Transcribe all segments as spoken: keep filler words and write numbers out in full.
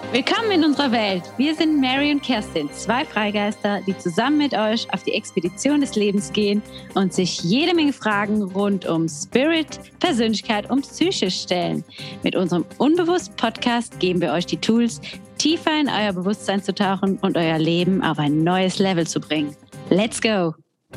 Willkommen in unserer Welt. Wir sind Mary und Kerstin, zwei Freigeister, die zusammen mit euch auf die Expedition des Lebens gehen und sich jede Menge Fragen rund um Spirit, Persönlichkeit und Psyche stellen. Mit unserem Unbewusst-Podcast geben wir euch die Tools, tiefer in euer Bewusstsein zu tauchen und euer Leben auf ein neues Level zu bringen. Let's go!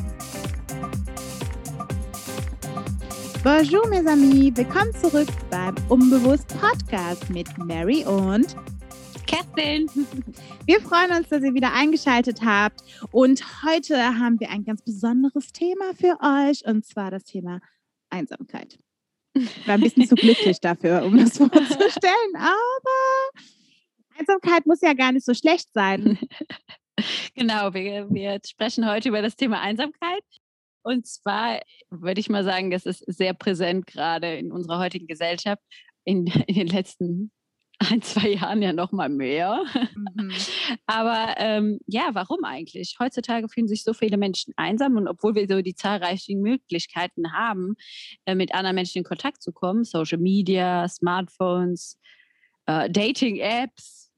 Bonjour, mes amis. Willkommen zurück beim Unbewusst-Podcast mit Mary und Kerstin. Wir freuen uns, dass ihr wieder eingeschaltet habt. Und heute haben wir ein ganz besonderes Thema für euch, und zwar das Thema Einsamkeit. Ich war ein bisschen zu glücklich dafür, um das vorzustellen, aber Einsamkeit muss ja gar nicht so schlecht sein. Genau, wir, wir sprechen heute über das Thema Einsamkeit. Und zwar würde ich mal sagen, das ist sehr präsent gerade in unserer heutigen Gesellschaft, in, in den letzten ein, zwei Jahren ja noch mal mehr. Mhm. Aber ähm, ja, warum eigentlich? Heutzutage fühlen sich so viele Menschen einsam, und obwohl wir so die zahlreichen Möglichkeiten haben, äh, mit anderen Menschen in Kontakt zu kommen, Social Media, Smartphones, äh, Dating-Apps,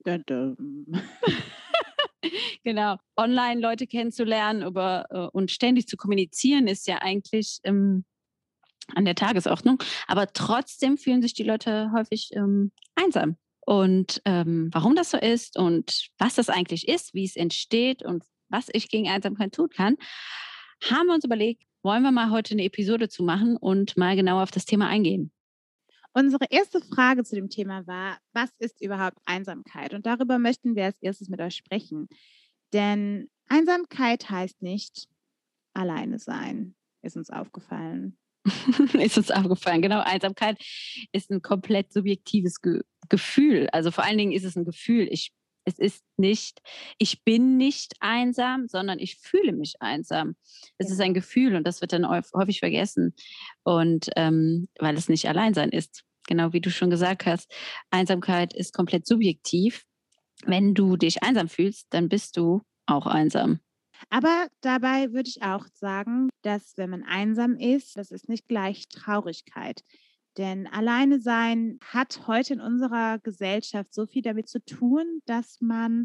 genau, online Leute kennenzulernen über, äh, und ständig zu kommunizieren, ist ja eigentlich ähm, an der Tagesordnung. Aber trotzdem fühlen sich die Leute häufig ähm, einsam. Und ähm, warum das so ist und was das eigentlich ist, wie es entsteht und was ich gegen Einsamkeit tun kann, haben wir uns überlegt, wollen wir mal heute eine Episode zu machen und mal genauer auf das Thema eingehen. Unsere erste Frage zu dem Thema war, was ist überhaupt Einsamkeit? Und darüber möchten wir als erstes mit euch sprechen. Denn Einsamkeit heißt nicht alleine sein, ist uns aufgefallen. ist uns aufgefallen, genau. Einsamkeit ist ein komplett subjektives Ge- Gefühl. Also vor allen Dingen ist es ein Gefühl. Ich, es ist nicht, ich bin nicht einsam, sondern ich fühle mich einsam. Es genau. ist ein Gefühl, und das wird dann häufig vergessen. Und ähm, weil es nicht Alleinsein ist. Genau wie du schon gesagt hast, Einsamkeit ist komplett subjektiv. Wenn du dich einsam fühlst, dann bist du auch einsam. Aber dabei würde ich auch sagen, dass wenn man einsam ist, das ist nicht gleich Traurigkeit. Denn alleine sein hat heute in unserer Gesellschaft so viel damit zu tun, dass man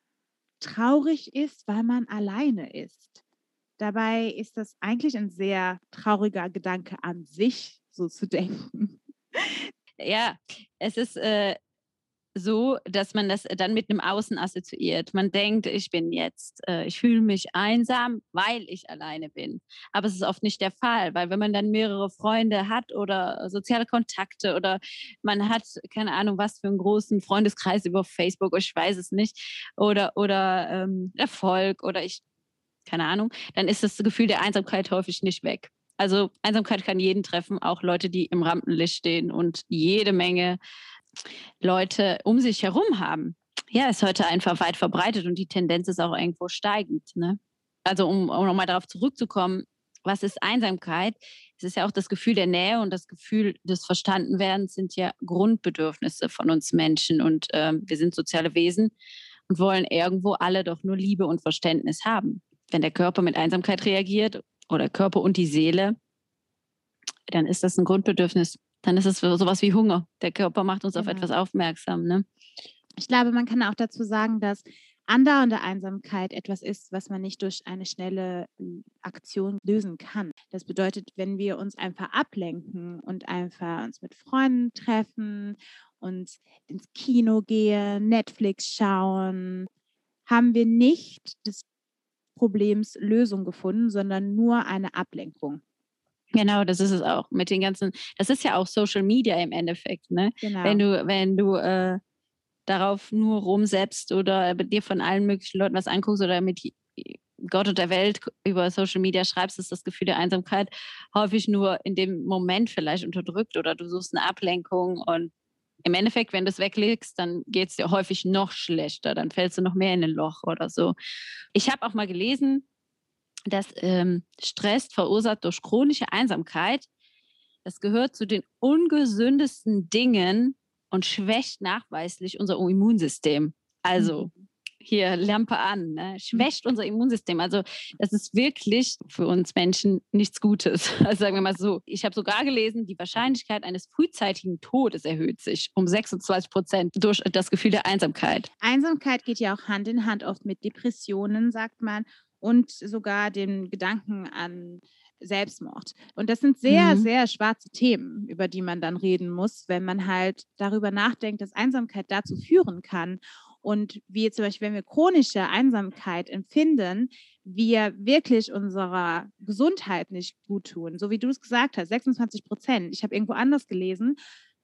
traurig ist, weil man alleine ist. Dabei ist das eigentlich ein sehr trauriger Gedanke an sich, so zu denken. Ja, es ist äh, so, dass man das dann mit einem Außen assoziiert. Man denkt, ich bin jetzt, äh, ich fühle mich einsam, weil ich alleine bin. Aber es ist oft nicht der Fall, weil wenn man dann mehrere Freunde hat oder soziale Kontakte oder man hat, keine Ahnung, was für einen großen Freundeskreis über Facebook, ich weiß es nicht, oder, oder ähm, Erfolg oder ich, keine Ahnung, dann ist das Gefühl der Einsamkeit häufig nicht weg. Also Einsamkeit kann jeden treffen, auch Leute, die im Rampenlicht stehen und jede Menge Leute um sich herum haben. Ja, ist heute einfach weit verbreitet und die Tendenz ist auch irgendwo steigend. Ne? Also um, um nochmal darauf zurückzukommen, was ist Einsamkeit? Es ist ja auch das Gefühl der Nähe und das Gefühl des Verstandenwerdens sind ja Grundbedürfnisse von uns Menschen, und ähm, wir sind soziale Wesen und wollen irgendwo alle doch nur Liebe und Verständnis haben. Wenn der Körper mit Einsamkeit reagiert oder Körper und die Seele, dann ist das ein Grundbedürfnis. Dann ist es sowas wie Hunger. Der Körper macht uns genau. auf etwas aufmerksam. Ne? Ich glaube, man kann auch dazu sagen, dass andauernde Einsamkeit etwas ist, was man nicht durch eine schnelle Aktion lösen kann. Das bedeutet, wenn wir uns einfach ablenken und einfach uns mit Freunden treffen und ins Kino gehen, Netflix schauen, haben wir nicht des Problems Lösung gefunden, sondern nur eine Ablenkung. Genau, das ist es auch. Mit den ganzen, das ist ja auch Social Media im Endeffekt, ne? Genau. Wenn du, wenn du äh, darauf nur rumsetzt oder dir von allen möglichen Leuten was anguckst oder mit Gott und der Welt über Social Media schreibst, ist das Gefühl der Einsamkeit häufig nur in dem Moment vielleicht unterdrückt oder du suchst eine Ablenkung, und im Endeffekt, wenn du es weglegst, dann geht es dir häufig noch schlechter, dann fällst du noch mehr in ein Loch oder so. Ich habe auch mal gelesen, dass ähm, Stress verursacht durch chronische Einsamkeit, das gehört zu den ungesündesten Dingen und schwächt nachweislich unser Immunsystem. Also, hier Lampe an, ne? Schwächt unser Immunsystem. Also das ist wirklich für uns Menschen nichts Gutes. Also sagen wir mal so. Ich habe sogar gelesen, die Wahrscheinlichkeit eines frühzeitigen Todes erhöht sich um sechsundzwanzig Prozent durch das Gefühl der Einsamkeit. Einsamkeit geht ja auch Hand in Hand oft mit Depressionen, sagt man, und sogar dem Gedanken an Selbstmord. Und das sind sehr, Mhm. sehr schwarze Themen, über die man dann reden muss, wenn man halt darüber nachdenkt, dass Einsamkeit dazu führen kann. Und wie zum Beispiel, wenn wir chronische Einsamkeit empfinden, wir wirklich unserer Gesundheit nicht gut tun. So wie du es gesagt hast, sechsundzwanzig Prozent. Ich habe irgendwo anders gelesen,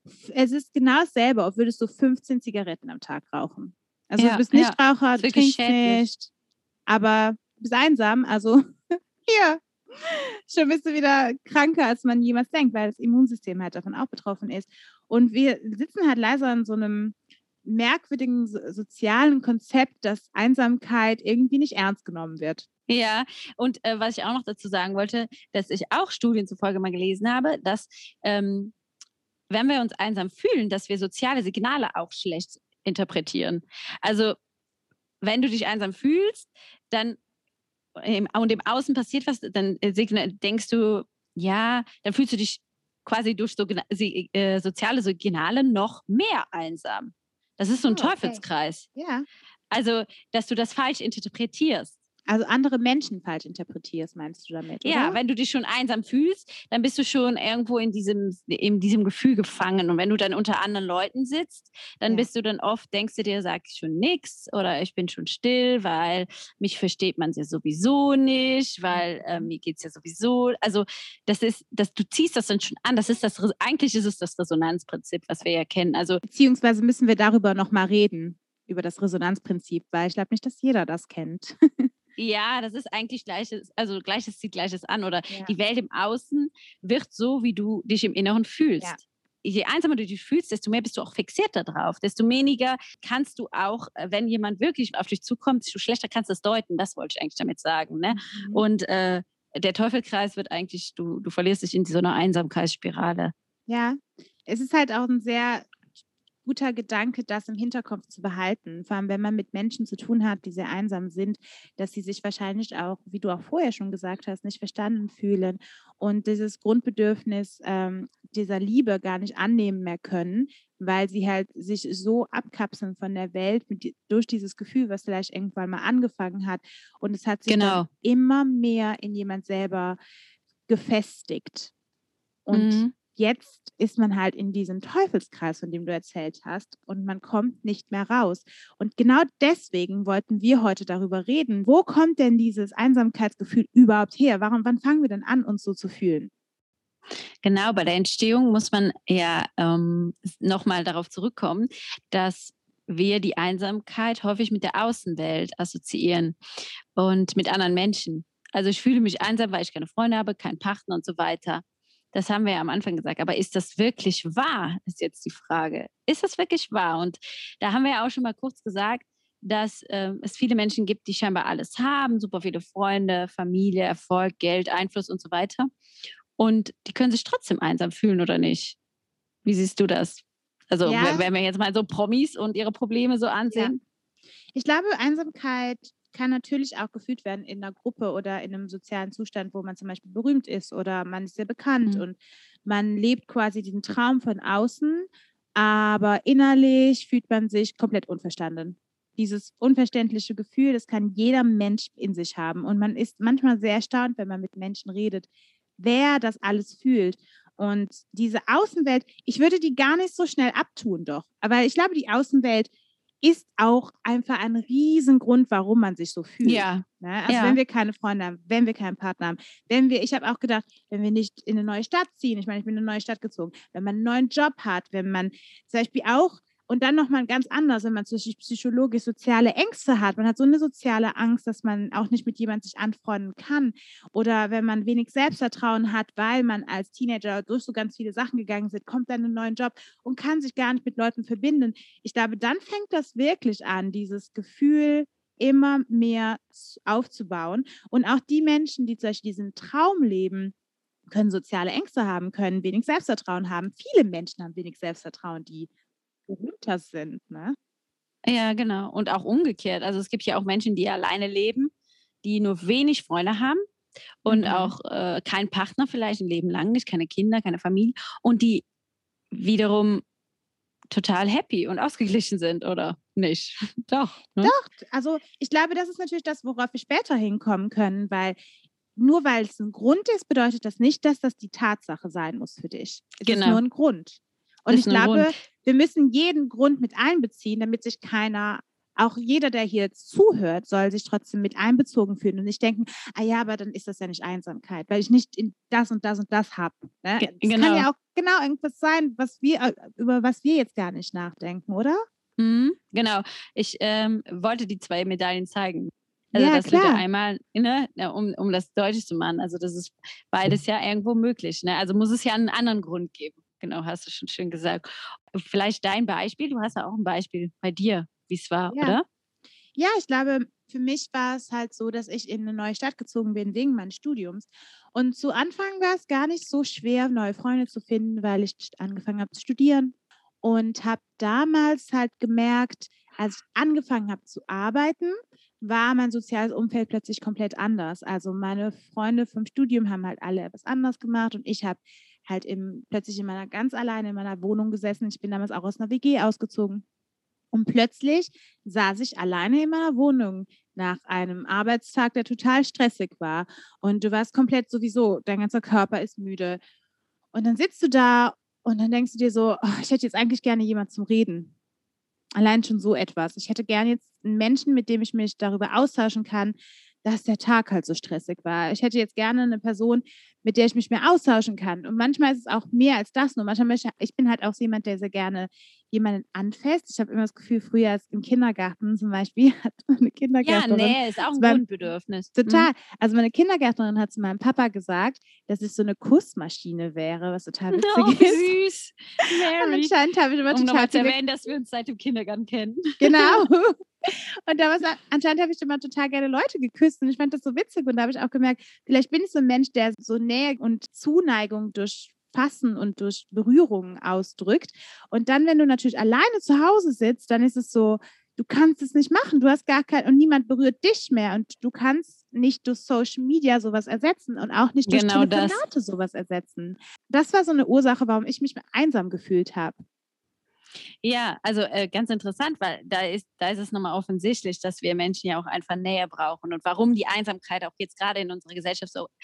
es ist genau dasselbe, ob würdest du fünfzehn Zigaretten am Tag rauchen. Also du Ja, bist ja. Nichtraucher, Ist du wirklich trinkst schädlich. nicht, aber du bist einsam, also hier, schon bist du wieder kranker, als man jemals denkt, weil das Immunsystem halt davon auch betroffen ist. Und wir sitzen halt leider in so einem merkwürdigen so sozialen Konzept, dass Einsamkeit irgendwie nicht ernst genommen wird. Ja, und äh, was ich auch noch dazu sagen wollte, dass ich auch Studien zufolge mal gelesen habe, dass ähm, wenn wir uns einsam fühlen, dass wir soziale Signale auch schlecht interpretieren. Also wenn du dich einsam fühlst, dann im, und im Außen passiert was, dann äh, signa- denkst du, ja, dann fühlst du dich quasi durch so, sie, äh, soziale Signale noch mehr einsam. Das ist so ein Oh, okay. Teufelskreis. Ja. Also, dass du das falsch interpretierst. Also andere Menschen falsch interpretierst, meinst du damit, Ja, oder? wenn du dich schon einsam fühlst, dann bist du schon irgendwo in diesem, in diesem Gefühl gefangen. Und wenn du dann unter anderen Leuten sitzt, dann Ja. bist du dann oft, denkst du dir, sag ich schon nichts oder ich bin schon still, weil mich versteht man ja sowieso nicht, weil äh, mir geht's ja sowieso. Also das ist, das, du ziehst das dann schon an. Das ist das, eigentlich ist es das Resonanzprinzip, was wir ja kennen. Also Beziehungsweise müssen wir darüber nochmal reden, über das Resonanzprinzip, weil ich glaube nicht, dass jeder das kennt. ja, das ist eigentlich Gleiches, also Gleiches zieht Gleiches an oder Ja. die Welt im Außen wird so, wie du dich im Inneren fühlst. Ja. Je einsamer du dich fühlst, desto mehr bist du auch fixiert darauf. Desto weniger kannst du auch, äh, wenn jemand wirklich auf dich zukommt, desto schlechter kannst du es deuten. Das wollte ich eigentlich damit sagen. Ne? Mhm. Und äh, der Teufelskreis wird eigentlich, du, du verlierst dich in so einer Einsamkeitsspirale. Ja, es ist halt auch ein sehr guter Gedanke, das im Hinterkopf zu behalten. Vor allem, wenn man mit Menschen zu tun hat, die sehr einsam sind, dass sie sich wahrscheinlich auch, wie du auch vorher schon gesagt hast, nicht verstanden fühlen und dieses Grundbedürfnis ähm, dieser Liebe gar nicht annehmen mehr können, weil sie halt sich so abkapseln von der Welt mit, die- durch dieses Gefühl, was vielleicht irgendwann mal angefangen hat. Und es hat sich Genau. dann immer mehr in jemand selber gefestigt. Und Mhm. jetzt ist man halt in diesem Teufelskreis, von dem du erzählt hast, und man kommt nicht mehr raus. Und genau deswegen wollten wir heute darüber reden, wo kommt denn dieses Einsamkeitsgefühl überhaupt her? Warum, wann fangen wir denn an, uns so zu fühlen? Genau, bei der Entstehung muss man ja ähm, nochmal darauf zurückkommen, dass wir die Einsamkeit häufig mit der Außenwelt assoziieren und mit anderen Menschen. Also ich fühle mich einsam, weil ich keine Freunde habe, keinen Partner und so weiter. Das haben wir ja am Anfang gesagt. Aber ist das wirklich wahr, ist jetzt die Frage. Ist das wirklich wahr? Und da haben wir ja auch schon mal kurz gesagt, dass äh, es viele Menschen gibt, die scheinbar alles haben, super viele Freunde, Familie, Erfolg, Geld, Einfluss und so weiter. Und die können sich trotzdem einsam fühlen oder nicht? Wie siehst du das? Also Ja. wenn wir jetzt mal so Promis und ihre Probleme so ansehen. Ich glaube, Einsamkeit kann natürlich auch gefühlt werden in einer Gruppe oder in einem sozialen Zustand, wo man zum Beispiel berühmt ist oder man ist sehr bekannt Mhm. und man lebt quasi diesen Traum von außen, aber innerlich fühlt man sich komplett unverstanden. Dieses unverständliche Gefühl, das kann jeder Mensch in sich haben. Und man ist manchmal sehr erstaunt, wenn man mit Menschen redet, wer das alles fühlt. Und diese Außenwelt, ich würde die gar nicht so schnell abtun, doch. Aber ich glaube, die Außenwelt ist auch einfach ein Riesengrund, warum man sich so fühlt. Ja. Ne? Also Ja. wenn wir keine Freunde haben, wenn wir keinen Partner haben, wenn wir, ich habe auch gedacht, wenn wir nicht in eine neue Stadt ziehen, ich meine, ich bin in eine neue Stadt gezogen, wenn man einen neuen Job hat, wenn man zum Beispiel auch, und dann nochmal ganz anders, wenn man zum Beispiel psychologisch soziale Ängste hat, man hat so eine soziale Angst, dass man auch nicht mit jemandem sich anfreunden kann, oder wenn man wenig Selbstvertrauen hat, weil man als Teenager durch so ganz viele Sachen gegangen ist, kommt dann in einen neuen Job und kann sich gar nicht mit Leuten verbinden. Ich glaube, dann fängt das wirklich an, dieses Gefühl immer mehr aufzubauen. Und auch die Menschen, die zum Beispiel diesen Traum leben, können soziale Ängste haben, können wenig Selbstvertrauen haben. Viele Menschen haben wenig Selbstvertrauen, die berühmter sind. Ne? Ja, genau. Und auch umgekehrt. Also es gibt ja auch Menschen, die alleine leben, die nur wenig Freunde haben und Mhm. auch äh, keinen Partner vielleicht ein Leben lang nicht, keine Kinder, keine Familie und die wiederum total happy und ausgeglichen sind, oder nicht? Doch, ne? Doch, also ich glaube, das ist natürlich das, worauf wir später hinkommen können, weil nur weil es ein Grund ist, bedeutet das nicht, dass das die Tatsache sein muss für dich. Es ist nur Genau. ein Grund. Und Das ich ist nur ein Grund. glaube, wir müssen jeden Grund mit einbeziehen, damit sich keiner, auch jeder, der hier jetzt zuhört, soll sich trotzdem mit einbezogen fühlen und nicht denken, ah ja, aber dann ist das ja nicht Einsamkeit, weil ich nicht in das und das und das habe. Ne? Ge Das kann genau. ja auch genau irgendwas sein, was wir, äh, über was wir jetzt gar nicht nachdenken, oder? Mhm, genau. Ich ähm, wollte die zwei Medaillen zeigen. Also, Ja, dass du da klar. einmal, ne, ja, um, um das deutlich zu machen, also das ist beides ja irgendwo möglich. Ne? Also muss es ja einen anderen Grund geben. Genau, hast du schon schön gesagt. Vielleicht dein Beispiel, du hast ja auch ein Beispiel bei dir, wie es war, Ja. oder? Ja, ich glaube, für mich war es halt so, dass ich in eine neue Stadt gezogen bin wegen meines Studiums. Und zu Anfang war es gar nicht so schwer, neue Freunde zu finden, weil ich angefangen habe zu studieren und habe damals halt gemerkt, als ich angefangen habe zu arbeiten, war mein soziales Umfeld plötzlich komplett anders. Also meine Freunde vom Studium haben halt alle etwas anders gemacht und ich habe halt im, plötzlich in meiner ganz alleine in meiner Wohnung gesessen. Ich bin damals auch aus einer W G ausgezogen. Und plötzlich saß ich alleine in meiner Wohnung nach einem Arbeitstag, der total stressig war. Und du warst komplett sowieso, dein ganzer Körper ist müde. Und dann sitzt du da und dann denkst du dir so, oh, ich hätte jetzt eigentlich gerne jemand zum Reden. Allein schon so etwas. Ich hätte gerne jetzt einen Menschen, mit dem ich mich darüber austauschen kann, dass der Tag halt so stressig war. Ich hätte jetzt gerne eine Person, mit der ich mich mehr austauschen kann. Und manchmal ist es auch mehr als das nur. Manchmal möchte ich bin halt auch so jemand, der sehr gerne jemanden anfasst. Ich habe immer das Gefühl, früher als im Kindergarten zum Beispiel hat eine Ja, Kindergärtnerin Nähe ist auch zu ein meinem Grundbedürfnis. Mhm. total. Also, meine Kindergärtnerin hat zu meinem Papa gesagt, dass ich so eine Kussmaschine wäre, was total witzig Oh, wie ist. süß. Und Mary. anscheinend habe ich immer Um total nochmal zu viele erwähnen, dass wir uns seit dem Kindergarten kennen. genau. Und da war's a anscheinend habe ich immer total gerne Leute geküsst und ich fand das so witzig und da habe ich auch gemerkt, vielleicht bin ich so ein Mensch, der so Nähe und Zuneigung durch Fassen und durch Berührungen ausdrückt. Und dann, wenn du natürlich alleine zu Hause sitzt, dann ist es so, du kannst es nicht machen. Du hast gar kein und niemand berührt dich mehr und du kannst nicht durch Social Media sowas ersetzen und auch nicht durch Genau das. Telefonate sowas ersetzen. Das war so eine Ursache, warum ich mich einsam gefühlt habe. Ja, also äh, ganz interessant, weil da ist, da ist es nochmal offensichtlich, dass wir Menschen ja auch einfach Nähe brauchen und warum die Einsamkeit auch jetzt gerade in unserer Gesellschaft so,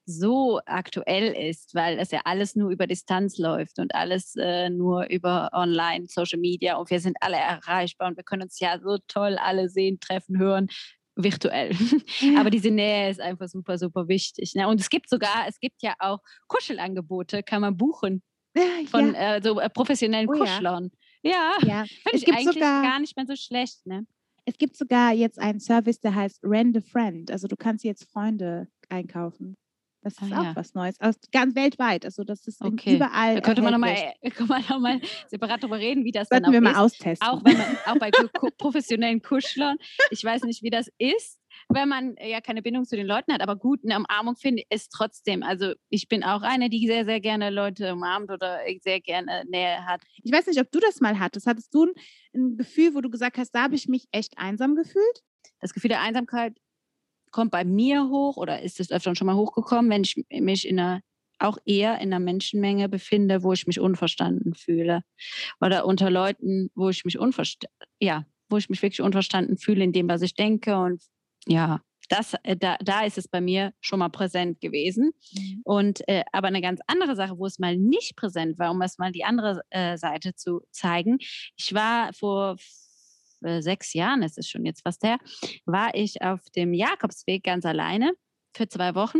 so aktuell ist, weil das ja alles nur über Distanz läuft und alles äh, nur über Online, Social Media und wir sind alle erreichbar und wir können uns ja so toll alle sehen, treffen, hören. Virtuell. Aber Ja. diese Nähe ist einfach super, super wichtig. Ne? Und es gibt sogar, es gibt ja auch Kuschelangebote, kann man buchen Ja, von ja. äh, so äh, professionellen Oh ja. Kuschlern. Ja, Ja. finde Es ich gibt eigentlich sogar gar nicht mehr so schlecht, ne? Es gibt sogar jetzt einen Service, der heißt Rent a Friend. Also, du kannst jetzt Freunde einkaufen. Das Ah ist auch ja, was Neues, aus ganz weltweit. Also, das ist in okay. überall Da könnte man noch mal erhältlich. äh, kann man noch mal separat drüber reden, wie das dann Sollten auch wir mal ist. austesten. Auch wenn man auch bei ku ku professionellen Kuschlern. Ich weiß nicht, wie das ist, wenn man äh, ja keine Bindung zu den Leuten hat, aber gut, 'ne Umarmung finde ich trotzdem. Also, ich bin auch eine, die sehr, sehr gerne Leute umarmt oder äh, sehr gerne Nähe hat. Ich weiß nicht, ob du das mal hattest. Hattest du 'n 'n Gefühl, wo du gesagt hast: „Da habe ich mich echt einsam gefühlt?“ Das Gefühl der Einsamkeit kommt bei mir hoch oder ist es öfter schon mal hochgekommen, wenn ich mich in einer auch eher in einer Menschenmenge befinde, wo ich mich unverstanden fühle oder unter Leuten, wo ich mich unverst ja, wo ich mich wirklich unverstanden fühle in dem, was ich denke und ja, das äh, da da ist es bei mir schon mal präsent gewesen. Mhm. Und, äh, aber eine ganz andere Sache, wo es mal nicht präsent war, um erst mal die andere, äh, Seite zu zeigen. Ich war vor f äh, sechs Jahren, es ist schon jetzt fast her, war ich auf dem Jakobsweg ganz alleine für zwei Wochen,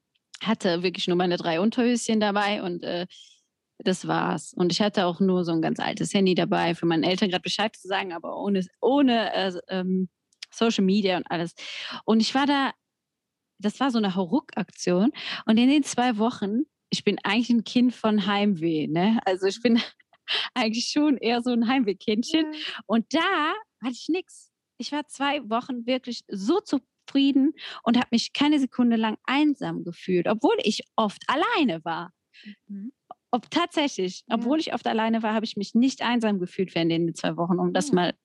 hatte wirklich nur meine drei Unterhöschen dabei und, äh, das war's. Und ich hatte auch nur so ein ganz altes Handy dabei, für meine Eltern gerade Bescheid zu sagen, aber ohne ohne, äh, ähm, Social Media und alles. Und ich war da das war so eine Hauruck-Aktion und in den zwei Wochen ich bin eigentlich ein Kind von Heimweh, ne? Also, ich bin eigentlich schon eher so ein Heimwehkindchen Ja. und da hatte ich nix. Ich war zwei Wochen wirklich so zufrieden und habe mich keine Sekunde lang einsam gefühlt, obwohl ich oft alleine war. Mhm. Ob tatsächlich, Ja. obwohl ich oft alleine war, habe ich mich nicht einsam gefühlt während den zwei Wochen, um das Ja. mal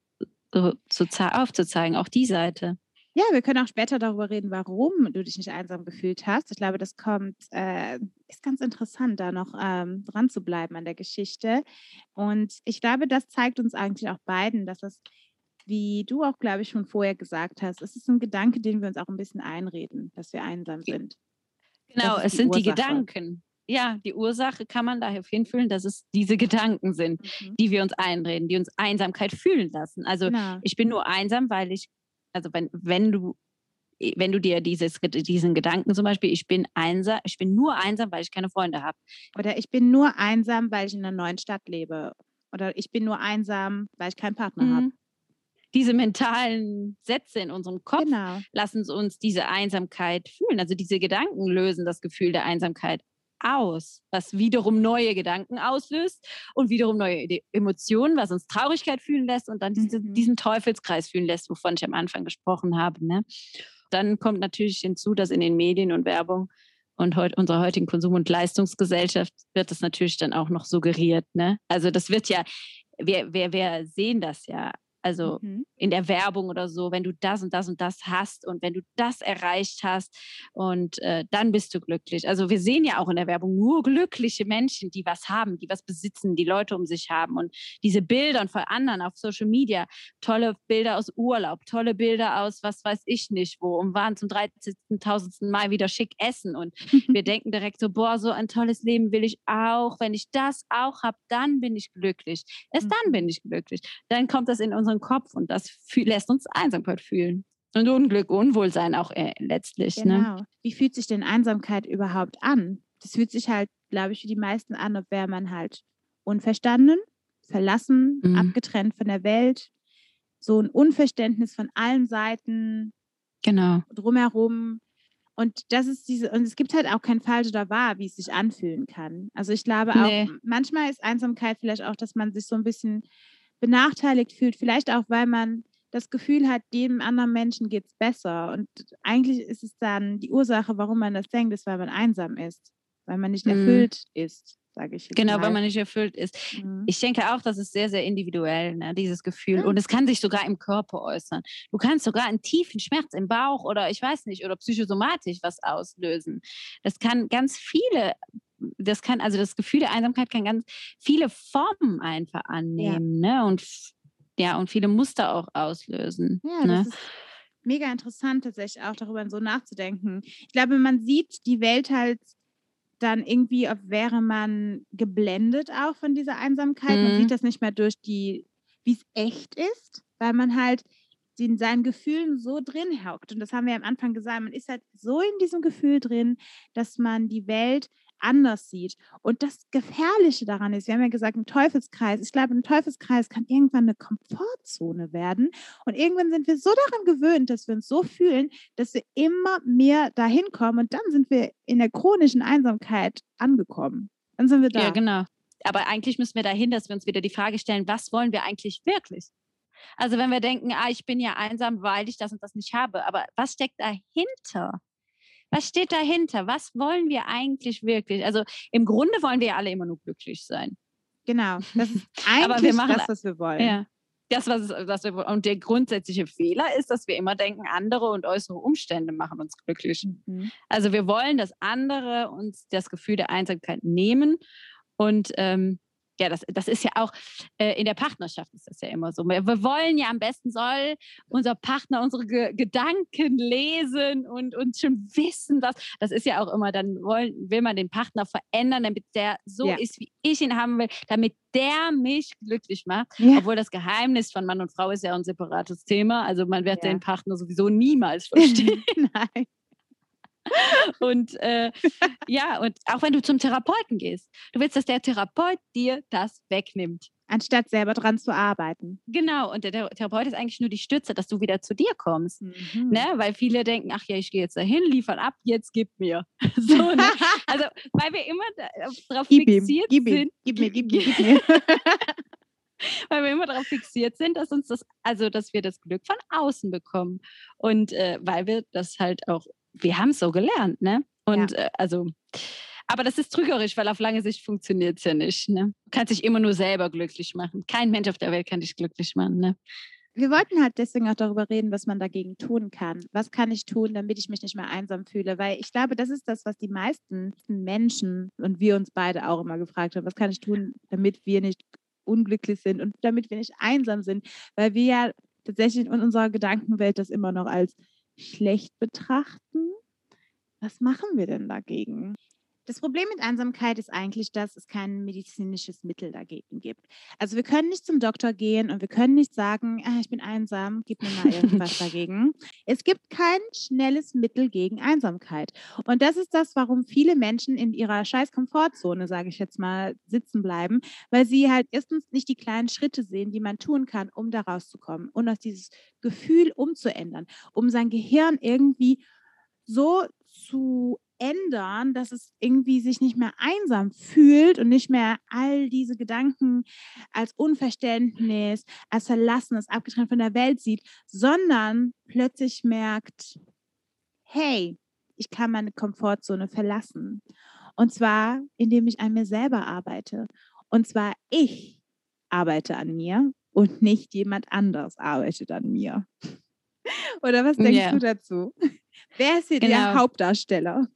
so, so aufzuzeigen, auch die Seite. Ja, wir können auch später darüber reden, warum du dich nicht einsam gefühlt hast. Ich glaube, das kommt, äh, ist ganz interessant, da noch ähm, dran zu bleiben an der Geschichte. Und ich glaube, das zeigt uns eigentlich auch beiden, dass es, wie du auch, glaube ich, schon vorher gesagt hast, es ist ein Gedanke, den wir uns auch ein bisschen einreden, dass wir einsam sind. Genau, Das ist es die sind die Ursache. Gedanken. Ja, die Ursache kann man daher hinfühlen, dass es diese Gedanken sind, Mhm. die wir uns einreden, die uns Einsamkeit fühlen lassen. Also Genau. ich bin nur einsam, weil ich, also wenn, wenn du, wenn du dir dieses, diesen Gedanken zum Beispiel, ich bin einsam, ich bin nur einsam, weil ich keine Freunde habe. Oder ich bin nur einsam, weil ich in einer neuen Stadt lebe. Oder ich bin nur einsam, weil ich keinen Partner Mhm. habe. Diese mentalen Sätze in unserem Kopf Genau. lassen uns diese Einsamkeit fühlen. Also diese Gedanken lösen das Gefühl der Einsamkeit aus, was wiederum neue Gedanken auslöst und wiederum neue Emotionen, was uns Traurigkeit fühlen lässt und dann diese, Mhm. diesen Teufelskreis fühlen lässt, wovon ich am Anfang gesprochen habe. Ne? Dann kommt natürlich hinzu, dass in den Medien und Werbung und heut, unserer heutigen Konsum- und Leistungsgesellschaft wird das natürlich dann auch noch suggeriert. Ne? Also das wird ja, wir, wir, wir sehen das ja. Also Mhm. in der Werbung oder so, wenn du das und das und das hast und wenn du das erreicht hast und äh, dann bist du glücklich. Also wir sehen ja auch in der Werbung nur glückliche Menschen, die was haben, die was besitzen, die Leute um sich haben und diese Bilder von anderen auf Social Media, tolle Bilder aus Urlaub, tolle Bilder aus was weiß ich nicht wo und waren zum dreizehntausendsten Mal wieder schick essen und wir denken direkt so, boah, so ein tolles Leben will ich auch. Wenn ich das auch habe, dann bin ich glücklich. Erst dann bin ich glücklich. Dann kommt das in unseren Kopf und das fühl, lässt uns Einsamkeit fühlen. Und Unglück, Unwohlsein auch äh, letztlich. Genau. Ne? Wie fühlt sich denn Einsamkeit überhaupt an? Das fühlt sich halt, glaube ich, für die meisten an, als wäre man halt unverstanden, verlassen, Mhm. abgetrennt von der Welt. So ein Unverständnis von allen Seiten Genau. drumherum. Und das ist diese, und es gibt halt auch kein falsch oder wahr, wie es sich anfühlen kann. Also ich glaube auch, Nee. manchmal ist Einsamkeit vielleicht auch, dass man sich so ein bisschen benachteiligt fühlt, vielleicht auch, weil man das Gefühl hat, jedem anderen Menschen geht es besser. Und eigentlich ist es dann die Ursache, warum man das denkt, ist, weil man einsam ist, weil man nicht Mhm. erfüllt ist, sage ich jetzt Genau, mal. weil man nicht erfüllt ist. Mhm. Ich denke auch, das ist sehr, sehr individuell, ne, dieses Gefühl. Ja. Und es kann sich sogar im Körper äußern. Du kannst sogar einen tiefen Schmerz im Bauch oder ich weiß nicht, oder psychosomatisch was auslösen. Das kann ganz viele, das kann, also das Gefühl der Einsamkeit kann ganz viele Formen einfach annehmen, ja. Ne? Und ja, und viele Muster auch auslösen. Ja, ne? das ist mega interessant, tatsächlich auch darüber so nachzudenken. Ich glaube, man sieht die Welt halt dann irgendwie, als wäre man geblendet auch von dieser Einsamkeit. Man Mhm. sieht das nicht mehr durch die, wie es echt ist, weil man halt in seinen Gefühlen so drin hockt. Und das haben wir am Anfang gesagt, man ist halt so in diesem Gefühl drin, dass man die Welt anders sieht. Und das Gefährliche daran ist, wir haben ja gesagt, ein Teufelskreis. Ich glaube, ein Teufelskreis kann irgendwann eine Komfortzone werden. Und irgendwann sind wir so daran gewöhnt, dass wir uns so fühlen, dass wir immer mehr dahin kommen. Und dann sind wir in der chronischen Einsamkeit angekommen. Dann sind wir da. Ja, genau. Aber eigentlich müssen wir dahin, dass wir uns wieder die Frage stellen, was wollen wir eigentlich wirklich? Also wenn wir denken, ah, ich bin ja einsam, weil ich das und das nicht habe. Aber was steckt dahinter? Was steht dahinter? Was wollen wir eigentlich wirklich? Also im Grunde wollen wir ja alle immer nur glücklich sein. Genau, das ist eigentlich Aber wir machen, das, was wir wollen. Ja, das, was, was wir wollen. Und der grundsätzliche Fehler ist, dass wir immer denken, andere und äußere Umstände machen uns glücklich. Mhm. Also wir wollen, dass andere uns das Gefühl der Einsamkeit nehmen und ähm, ja, das, das ist ja auch äh, in der Partnerschaft ist das ja immer so. Wir, wir wollen ja am besten soll unser Partner unsere Ge- Gedanken lesen und, und schon wissen, was. Das ist ja auch immer, dann wollen, will man den Partner verändern, damit der so Ja. ist, wie ich ihn haben will, damit der mich glücklich macht. Ja. Obwohl das Geheimnis von Mann und Frau ist ja ein separates Thema. Also man wird Ja. den Partner sowieso niemals verstehen. Nein. Und äh, ja, und auch wenn du zum Therapeuten gehst, du willst, dass der Therapeut dir das wegnimmt. Anstatt selber dran zu arbeiten. Genau, und der Thera- Therapeut ist eigentlich nur die Stütze, dass du wieder zu dir kommst. Mhm. Ne? Weil viele denken, ach ja, ich gehe jetzt dahin, liefern ab, jetzt gib mir. So, ne? Also, weil wir immer da, darauf Gib ihm, fixiert gib ihm, sind. gib mir, gib mir, gib mir. Weil wir immer darauf fixiert sind, dass uns das, also dass wir das Glück von außen bekommen. Und äh, weil wir das halt auch, wir haben es so gelernt, ne? Und Ja. äh, also, aber das ist trügerisch, weil auf lange Sicht funktioniert es ja nicht. Ne? Du kannst dich immer nur selber glücklich machen. Kein Mensch auf der Welt kann dich glücklich machen. Ne? wir wollten halt deswegen auch darüber reden, was man dagegen tun kann. Was kann ich tun, damit ich mich nicht mehr einsam fühle? Weil ich glaube, das ist das, was die meisten Menschen und wir uns beide auch immer gefragt haben. Was kann ich tun, damit wir nicht unglücklich sind und damit wir nicht einsam sind? Weil wir ja tatsächlich in unserer Gedankenwelt das immer noch als schlecht betrachten. Was machen wir denn dagegen? Das Problem mit Einsamkeit ist eigentlich, dass es kein medizinisches Mittel dagegen gibt. Also wir können nicht zum Doktor gehen und wir können nicht sagen, ah, ich bin einsam, gib mir mal irgendwas dagegen. Es gibt kein schnelles Mittel gegen Einsamkeit. Und das ist das, warum viele Menschen in ihrer scheiß Komfortzone, sage ich jetzt mal, sitzen bleiben, weil sie halt erstens nicht die kleinen Schritte sehen, die man tun kann, um da rauszukommen und aus dieses Gefühl umzuändern, um sein Gehirn irgendwie so zu ändern, dass es irgendwie sich nicht mehr einsam fühlt und nicht mehr all diese Gedanken als Unverständnis, als Verlassenes, abgetrennt von der Welt sieht, sondern plötzlich merkt, hey, ich kann meine Komfortzone verlassen. Und zwar, indem ich an mir selber arbeite. Und zwar ich arbeite an mir und nicht jemand anderes arbeitet an mir. Oder was denkst Ja, du dazu? Wer ist hier der genau. Hauptdarsteller?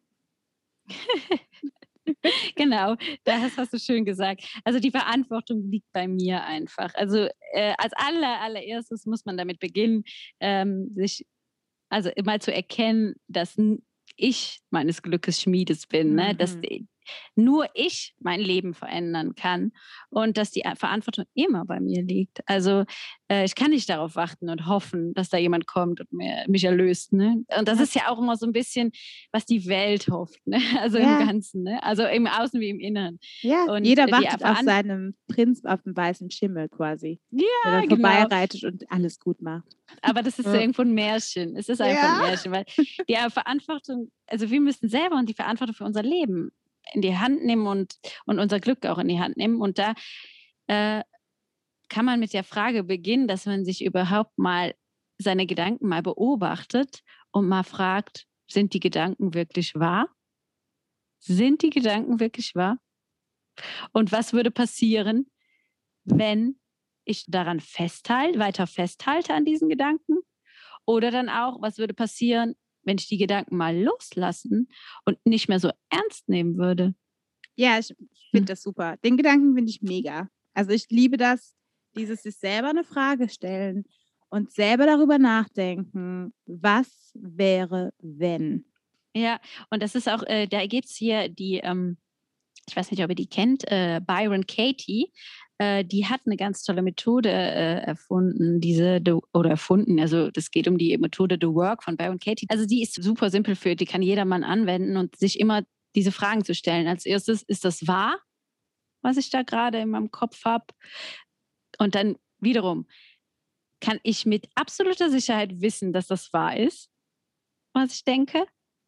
Genau, das hast du schön gesagt. Also die Verantwortung liegt bei mir einfach. Also äh, als aller, allererstes muss man damit beginnen, ähm, sich also mal zu erkennen, dass n- ich meines Glückes Schmiedes bin, ne? Dass Mhm. die- nur ich mein Leben verändern kann und dass die Verantwortung immer bei mir liegt. Also äh, ich kann nicht darauf warten und hoffen, dass da jemand kommt und mir, mich erlöst. Ne? Und das Ja. ist ja auch immer so ein bisschen, was die Welt hofft, ne? Also im Ja. Ganzen, ne? Also im Außen wie im Inneren. Ja, Und jeder äh, die wartet auf Veran seinem Prinz auf dem weißen Schimmel quasi, der ja, dann genau. vorbeireitet und alles gut macht. Aber das ist Ja. irgendwo ein Märchen. Es ist einfach ein Ja. Märchen, weil die Verantwortung, also wir müssen selber und die Verantwortung für unser Leben in die Hand nehmen und, und unser Glück auch in die Hand nehmen. Und da äh, kann man mit der Frage beginnen, dass man sich überhaupt mal seine Gedanken mal beobachtet und mal fragt, sind die Gedanken wirklich wahr? Sind die Gedanken wirklich wahr? Und was würde passieren, wenn ich daran festhalte, weiter festhalte an diesen Gedanken? Oder dann auch, was würde passieren, wenn ich die Gedanken mal loslassen und nicht mehr so ernst nehmen würde? Ja, ich finde das super. Den Gedanken finde ich mega. Also ich liebe das, dieses sich selber eine Frage stellen und selber darüber nachdenken, was wäre, wenn? Ja, und das ist auch, äh, da gibt es hier die, ähm, ich weiß nicht, ob ihr die kennt, äh, Byron Katie. Äh, die hat eine ganz tolle Methode äh, erfunden, diese, The, oder erfunden, also das geht um die Methode The Work von Byron Katie. Also die ist super simpel für, die kann jedermann anwenden und sich immer diese Fragen zu stellen. Als erstes, ist das wahr, was ich da gerade in meinem Kopf habe? Und dann wiederum, kann ich mit absoluter Sicherheit wissen, dass das wahr ist, was ich denke?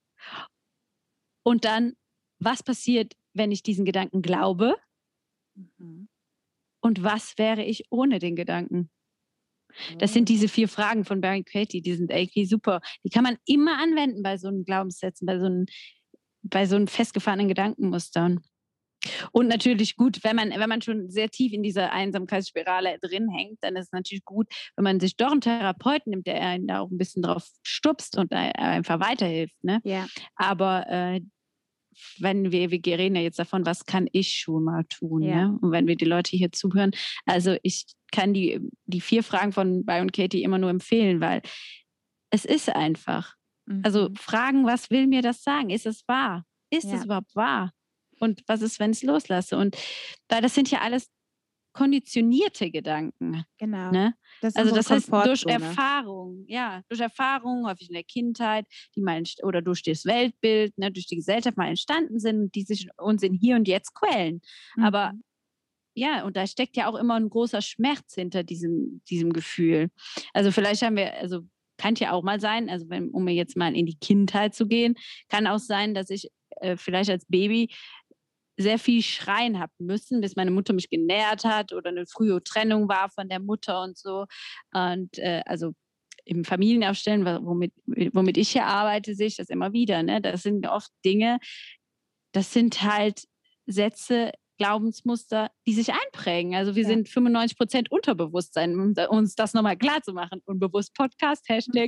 Und dann, was passiert, wenn ich diesen Gedanken glaube? Mhm. Und was wäre ich ohne den Gedanken? Das Oh. sind diese vier Fragen von Barry Katie, die sind irgendwie super. Die kann man immer anwenden bei so einen Glaubenssätzen, bei so einen, bei so einen festgefahrenen Gedankenmustern. Und natürlich gut, wenn man, wenn man schon sehr tief in dieser Einsamkeitsspirale drin hängt, dann ist es natürlich gut, wenn man sich doch einen Therapeuten nimmt, der einen da auch ein bisschen drauf stupst und einfach weiterhilft. Ne? Ja. Aber äh, wenn wir, wir reden ja jetzt davon, was kann ich schon mal tun, Ja. ne? Und wenn wir die Leute hier zuhören, also ich kann die, die vier Fragen von Byron Katie immer nur empfehlen, weil es ist einfach. Mhm. Also fragen, was will mir das sagen? Ist es wahr? Ist Ja. es überhaupt wahr? Und was ist, wenn ich es loslasse? Und weil das sind ja alles konditionierte Gedanken. Genau. Ne? Das ist Also unsere das heißt, durch Komfortzone. Erfahrung, ja, durch Erfahrung, häufig in der Kindheit, die mal entst- oder durch das Weltbild, ne, durch die Gesellschaft mal entstanden sind, die sich uns in Hier und Jetzt quälen. Mhm. Aber ja, und da steckt ja auch immer ein großer Schmerz hinter diesem, diesem Gefühl. Also vielleicht haben wir, also kann ja auch mal sein, also wenn, um mir jetzt mal in die Kindheit zu gehen, kann auch sein, dass ich äh, vielleicht als Baby sehr viel schreien habe müssen, bis meine Mutter mich genährt hat oder eine frühe Trennung war von der Mutter und so. Und äh, also im Familienaufstellen, womit, womit ich hier arbeite, sehe ich das immer wieder. Ne? Das sind oft Dinge, das sind halt Sätze, Glaubensmuster, die sich einprägen. Also wir Ja. sind fünfundneunzig Prozent Unterbewusstsein, um da- uns das nochmal klar zu machen. Unbewusst Podcast, Hashtag.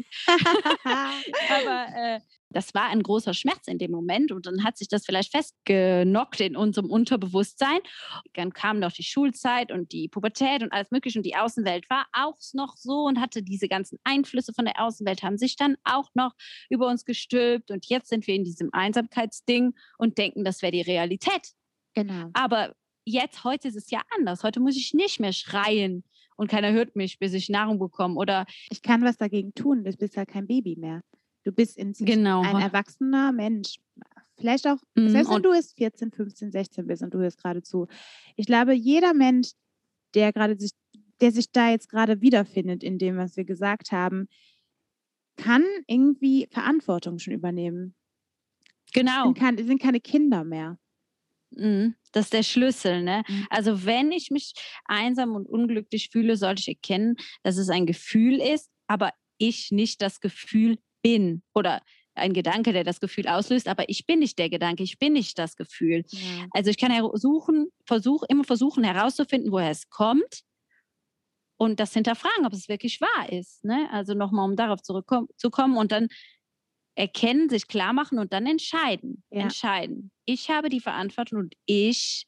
Aber äh, das war ein großer Schmerz in dem Moment und dann hat sich das vielleicht festgenockt in unserem Unterbewusstsein. Dann kam noch die Schulzeit und die Pubertät und alles Mögliche und die Außenwelt war auch noch so und hatte diese ganzen Einflüsse von der Außenwelt, haben sich dann auch noch über uns gestülpt und jetzt sind wir in diesem Einsamkeitsding und denken, das wäre die Realität. Genau. Aber jetzt, heute ist es ja anders. Heute muss ich nicht mehr schreien und keiner hört mich, bis ich Nahrung bekomme oder Ich kann was dagegen tun. Du bist ja kein Baby mehr. Du bist inzwischen genau. ein erwachsener Mensch. Vielleicht auch, Mhm, selbst wenn und du jetzt vierzehn, fünfzehn, sechzehn bist und du hörst gerade zu. Ich glaube, jeder Mensch, der gerade sich, der sich da jetzt gerade wiederfindet in dem, was wir gesagt haben, kann irgendwie Verantwortung schon übernehmen. genau. Sind, kein, sind keine Kinder mehr. Mhm, das ist der Schlüssel, ne? Mhm. Also wenn ich mich einsam und unglücklich fühle, sollte ich erkennen, dass es ein Gefühl ist, aber ich nicht das Gefühl bin oder ein Gedanke, der das Gefühl auslöst, aber ich bin nicht der Gedanke, ich bin nicht das Gefühl. Ja. Also ich kann suchen, versuch, immer versuchen herauszufinden, woher es kommt und das hinterfragen, ob es wirklich wahr ist, ne? Also nochmal, um darauf zurückzukommen und dann erkennen, sich klar machen und dann entscheiden. Ja. Entscheiden. Ich habe die Verantwortung und ich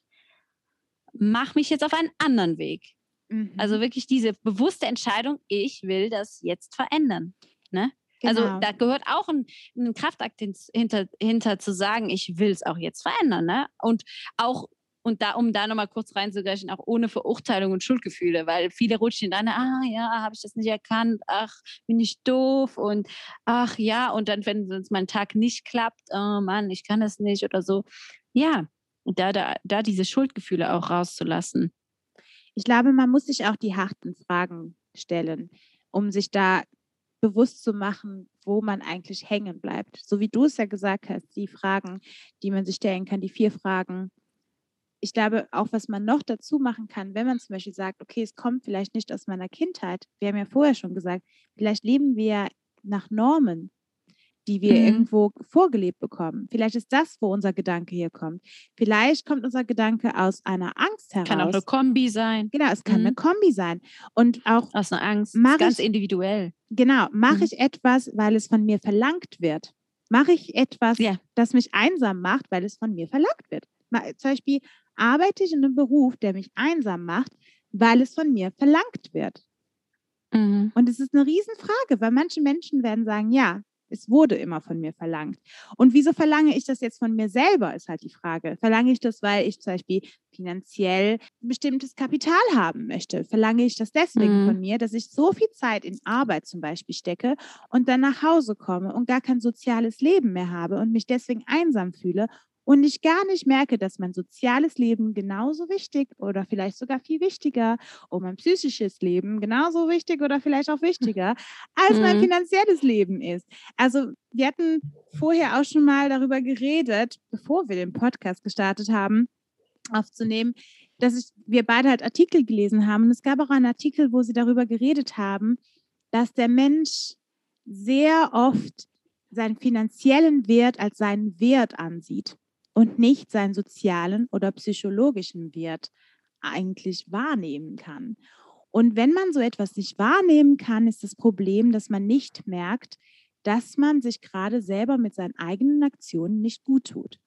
mache mich jetzt auf einen anderen Weg. Mhm. Also wirklich diese bewusste Entscheidung, ich will das jetzt verändern. Ne? Genau. Also da gehört auch ein, ein Kraftakt hinter, hinter zu sagen, ich will es auch jetzt verändern. Ne? Und auch, und da, um da nochmal kurz reinzugreifen, auch ohne Verurteilung und Schuldgefühle, weil viele rutschen dann, ah ja, habe ich das nicht erkannt, ach, bin ich doof und ach ja, und dann, wenn es mein Tag nicht klappt, oh Mann, ich kann das nicht oder so. Ja, und da, da, da diese Schuldgefühle auch rauszulassen. Ich glaube, man muss sich auch die harten Fragen stellen, um sich da bewusst zu machen, wo man eigentlich hängen bleibt. So wie du es ja gesagt hast, die Fragen, die man sich stellen kann, die vier Fragen. Ich glaube, auch was man noch dazu machen kann, wenn man zum Beispiel sagt, okay, es kommt vielleicht nicht aus meiner Kindheit. Wir haben ja vorher schon gesagt, vielleicht leben wir nach Normen, die wir Mhm. irgendwo vorgelebt bekommen. Vielleicht ist das, wo unser Gedanke hier kommt. Vielleicht kommt unser Gedanke aus einer Angst heraus. Kann auch eine Kombi sein. Genau, es kann Mhm. eine Kombi sein. Und auch Aus einer Angst. Mach Ist ganz ich- individuell. Genau, mache Mhm. ich etwas, weil es von mir verlangt wird? Mache ich etwas, Ja. das mich einsam macht, weil es von mir verlangt wird? Ma- Zum Beispiel arbeite ich in einem Beruf, der mich einsam macht, weil es von mir verlangt wird. Mhm. Und es ist eine Riesenfrage, weil manche Menschen werden sagen, ja, es wurde immer von mir verlangt. Und wieso verlange ich das jetzt von mir selber, ist halt die Frage. Verlange ich das, weil ich zum Beispiel finanziell bestimmtes Kapital haben möchte? Verlange ich das deswegen Mhm. von mir, dass ich so viel Zeit in Arbeit zum Beispiel stecke und dann nach Hause komme und gar kein soziales Leben mehr habe und mich deswegen einsam fühle und ich gar nicht merke, dass mein soziales Leben genauso wichtig oder vielleicht sogar viel wichtiger und mein psychisches Leben genauso wichtig oder vielleicht auch wichtiger als mein Mhm. finanzielles Leben ist. Also wir hatten vorher auch schon mal darüber geredet, bevor wir den Podcast gestartet haben, aufzunehmen, dass ich, wir beide halt Artikel gelesen haben. Und es gab auch einen Artikel, wo sie darüber geredet haben, dass der Mensch sehr oft seinen finanziellen Wert als seinen Wert ansieht und nicht seinen sozialen oder psychologischen Wert eigentlich wahrnehmen kann. Und wenn man so etwas nicht wahrnehmen kann, ist das Problem, dass man nicht merkt, dass man sich gerade selber mit seinen eigenen Aktionen nicht gut tut.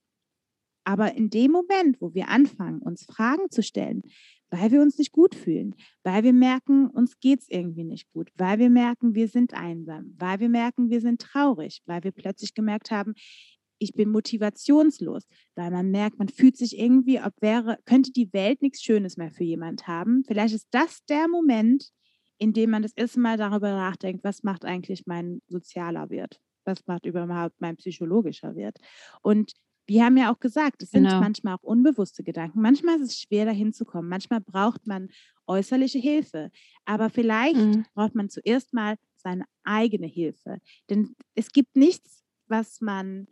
Aber in dem Moment, wo wir anfangen, uns Fragen zu stellen, weil wir uns nicht gut fühlen, weil wir merken, uns geht es irgendwie nicht gut, weil wir merken, wir sind einsam, weil wir merken, wir sind traurig, weil wir plötzlich gemerkt haben, ich bin motivationslos, weil man merkt, man fühlt sich irgendwie, ob wäre, könnte die Welt nichts Schönes mehr für jemand haben. Vielleicht ist das der Moment, in dem man das erste Mal darüber nachdenkt, was macht eigentlich mein sozialer Wert? Was macht überhaupt mein psychologischer Wert? Und wir haben ja auch gesagt, es sind Genau. manchmal auch unbewusste Gedanken. Manchmal ist es schwer, dahin zu kommen. Manchmal braucht man äußerliche Hilfe. Aber vielleicht Mhm. braucht man zuerst mal seine eigene Hilfe. Denn es gibt nichts, was man,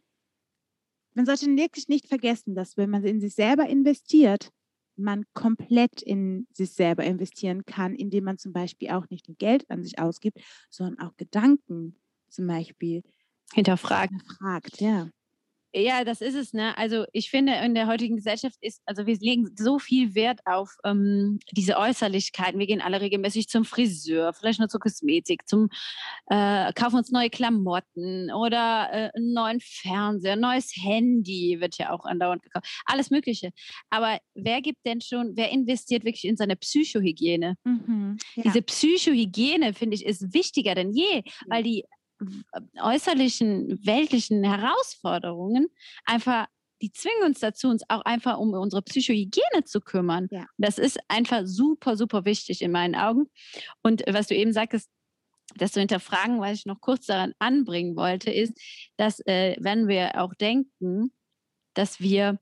man sollte wirklich nicht vergessen, dass wenn man in sich selber investiert, man komplett in sich selber investieren kann, indem man zum Beispiel auch nicht nur Geld an sich ausgibt, sondern auch Gedanken zum Beispiel Hinterfragt. fragt. Ja. Ja, das ist es, ne? Also ich finde, in der heutigen Gesellschaft ist, also wir legen so viel Wert auf ähm, diese Äußerlichkeiten. Wir gehen alle regelmäßig zum Friseur, vielleicht nur zur Kosmetik, zum äh, kaufen uns neue Klamotten oder äh, einen neuen Fernseher, ein neues Handy wird ja auch andauernd gekauft. Alles Mögliche. Aber wer gibt denn schon, wer investiert wirklich in seine Psychohygiene? Mhm. Ja. Diese Psychohygiene, finde ich, ist wichtiger denn je, weil Ja. die w- äußerlichen, weltlichen Herausforderungen einfach, die zwingen uns dazu, uns auch einfach um unsere Psychohygiene zu kümmern. Ja. Das ist einfach super, super wichtig in meinen Augen. Und äh, was du eben sagtest, das zu hinterfragen, was ich noch kurz daran anbringen wollte, ist, dass äh, wenn wir auch denken, dass wir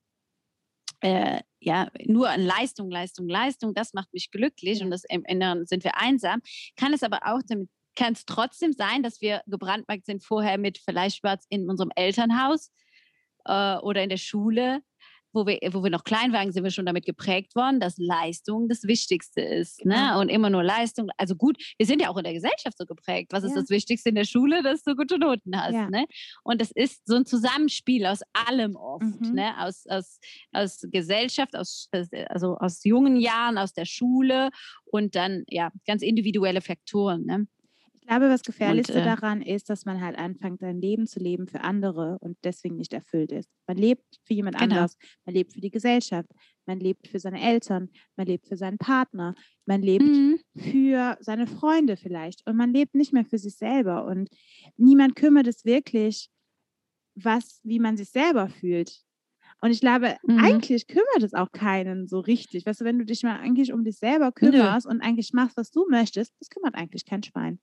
äh, ja, nur an Leistung, Leistung, Leistung, das macht mich glücklich und Ja. das im Inneren sind wir einsam, kann es aber auch damit, kann es trotzdem sein, dass wir gebrandmarkt sind vorher mit vielleicht was in unserem Elternhaus äh, oder in der Schule, wo wir, wo wir noch klein waren, sind wir schon damit geprägt worden, dass Leistung das Wichtigste ist. Genau. Ne? Und immer nur Leistung. Also gut, wir sind ja auch in der Gesellschaft so geprägt. Was ist Ja. das Wichtigste in der Schule? Dass du gute Noten hast. Ja. Ne? Und das ist so ein Zusammenspiel aus allem oft. Mhm. Ne? Aus, aus, aus Gesellschaft, aus, also aus jungen Jahren, aus der Schule und dann ja ganz individuelle Faktoren. Ne? Ich glaube, das Und Gefährlichste äh, daran ist, dass man halt anfängt, sein Leben zu leben für andere und deswegen nicht erfüllt ist. Man lebt für jemand genau. anders, man lebt für die Gesellschaft, man lebt für seine Eltern, man lebt für seinen Partner, man lebt Mhm. für seine Freunde vielleicht und man lebt nicht mehr für sich selber und niemand kümmert es wirklich, was, wie man sich selber fühlt. Und ich glaube, Mhm. eigentlich kümmert es auch keinen so richtig. Weißt du, wenn du dich mal eigentlich um dich selber Nö. kümmerst und eigentlich machst, was du möchtest, das kümmert eigentlich kein Schwein.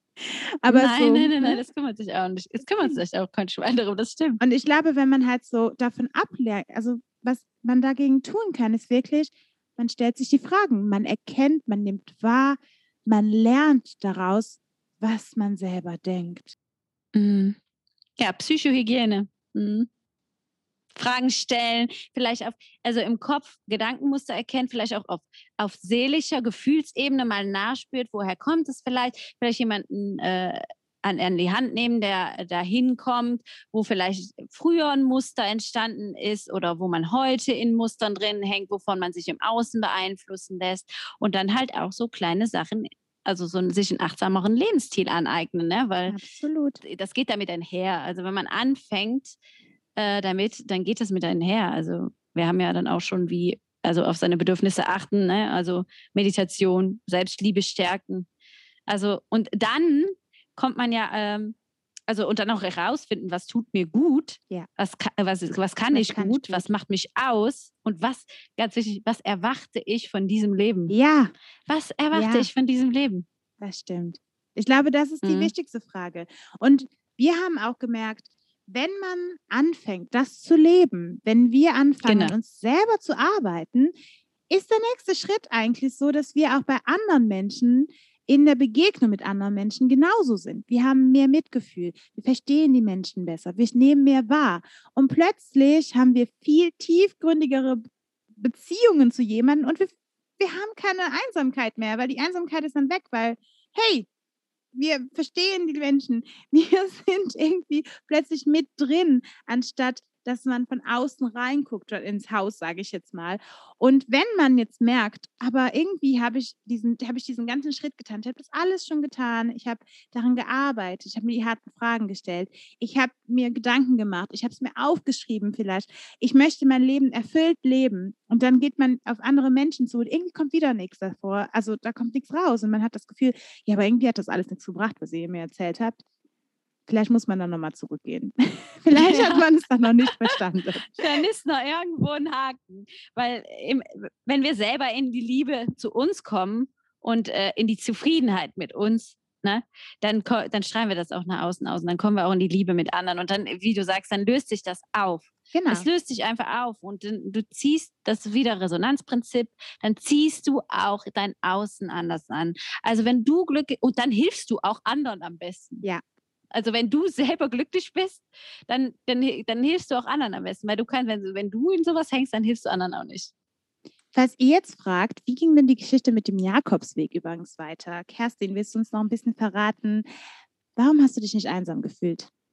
Aber Nein, so, nein, nein, nein, ne? das kümmert sich auch nicht. Es kümmert sich auch kein Schwein darum, das stimmt. Und ich glaube, wenn man halt so davon ablernt, also was man dagegen tun kann, ist wirklich, man stellt sich die Fragen, man erkennt, man nimmt wahr, man lernt daraus, was man selber denkt. Mhm. Ja, Psychohygiene. Mhm. Fragen stellen, vielleicht auf, also im Kopf Gedankenmuster erkennen, vielleicht auch auf, auf seelischer Gefühlsebene mal nachspürt, woher kommt es vielleicht, vielleicht jemanden äh, an, an die Hand nehmen, der da hinkommt, wo vielleicht früher ein Muster entstanden ist oder wo man heute in Mustern drin hängt, wovon man sich im Außen beeinflussen lässt und dann halt auch so kleine Sachen, also so ein, sich einen achtsameren Lebensstil aneignen, ne? Weil Absolut. das geht damit einher. Also wenn man anfängt äh, damit, dann geht das mit einher. Also wir haben ja dann auch schon wie, also auf seine Bedürfnisse achten, ne? Also Meditation, Selbstliebe stärken. Also und dann kommt man ja, ähm, also und dann auch herausfinden, was tut mir gut, Ja. was, ka- was, was kann Was ich kann ich gut, gut? was macht mich aus und was, ganz wichtig, was erwarte ich von diesem Leben? Ja, Was erwarte ja, ich von diesem Leben? das stimmt. Ich glaube, das ist die Mhm. wichtigste Frage. Und wir haben auch gemerkt, wenn man anfängt, das zu leben, wenn wir anfangen, Genau. an uns selber zu arbeiten, ist der nächste Schritt eigentlich so, dass wir auch bei anderen Menschen in der Begegnung mit anderen Menschen genauso sind. Wir haben mehr Mitgefühl, wir verstehen die Menschen besser, wir nehmen mehr wahr. Und plötzlich haben wir viel tiefgründigere Beziehungen zu jemandem und wir, wir haben keine Einsamkeit mehr, weil die Einsamkeit ist dann weg, weil, hey, wir verstehen die Menschen. Wir sind irgendwie plötzlich mit drin, anstatt dass man von außen reinguckt ins Haus, sage ich jetzt mal. Und wenn man jetzt merkt, aber irgendwie habe ich diesen, habe ich diesen ganzen Schritt getan, ich habe das alles schon getan, ich habe daran gearbeitet, ich habe mir die harten Fragen gestellt, ich habe mir Gedanken gemacht, ich habe es mir aufgeschrieben vielleicht, ich möchte mein Leben erfüllt leben. Und dann geht man auf andere Menschen zu und irgendwie kommt wieder nichts davor. Also da kommt nichts raus und man hat das Gefühl, ja, aber irgendwie hat das alles nichts gebracht, was ihr mir erzählt habt. Vielleicht muss man dann nochmal zurückgehen. Vielleicht hat Ja. man es dann noch nicht verstanden. Dann ist noch irgendwo ein Haken. Weil im, wenn wir selber in die Liebe zu uns kommen und äh, in die Zufriedenheit mit uns, ne, dann, ko- dann strahlen wir das auch nach außen aus. Und dann kommen wir auch in die Liebe mit anderen. Und dann, wie du sagst, dann löst sich das auf. Genau. Es löst sich einfach auf und dann, du ziehst das wieder Resonanzprinzip, dann ziehst du auch dein Außen anders an. Also wenn du Glück, und dann hilfst du auch anderen am besten. Ja. Also wenn du selber glücklich bist, dann, dann, dann hilfst du auch anderen am besten, weil du kannst, wenn, wenn du in sowas hängst, dann hilfst du anderen auch nicht. Falls ihr jetzt fragt, wie ging denn die Geschichte mit dem Jakobsweg übrigens weiter? Kerstin, willst du uns noch ein bisschen verraten, warum hast du dich nicht einsam gefühlt?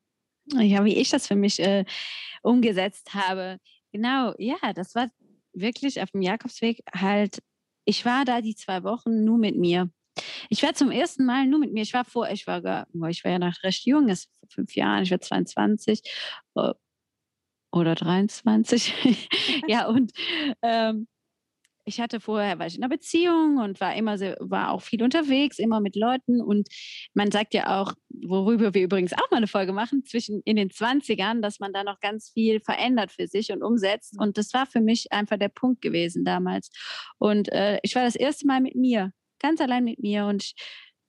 Ja, wie ich das für mich äh, umgesetzt habe. Genau, ja, das war wirklich auf dem Jakobsweg halt, ich war da die zwei Wochen nur mit mir. Ich war zum ersten Mal nur mit mir. Ich war vor, ich war, gar, boah, ich war ja noch recht jung, das vor fünf Jahren, ich war zweiundzwanzig äh, oder dreiundzwanzig. Ja, und ähm, ich hatte vorher, war ich in einer Beziehung und war immer sehr, war auch viel unterwegs, immer mit Leuten. Und man sagt ja auch, worüber wir übrigens auch mal eine Folge machen, zwischen in den Zwanzigern, dass man da noch ganz viel verändert für sich und umsetzt. Und das war für mich einfach der Punkt gewesen damals. Und äh, ich war das erste Mal mit mir, ganz allein mit mir. Und ich,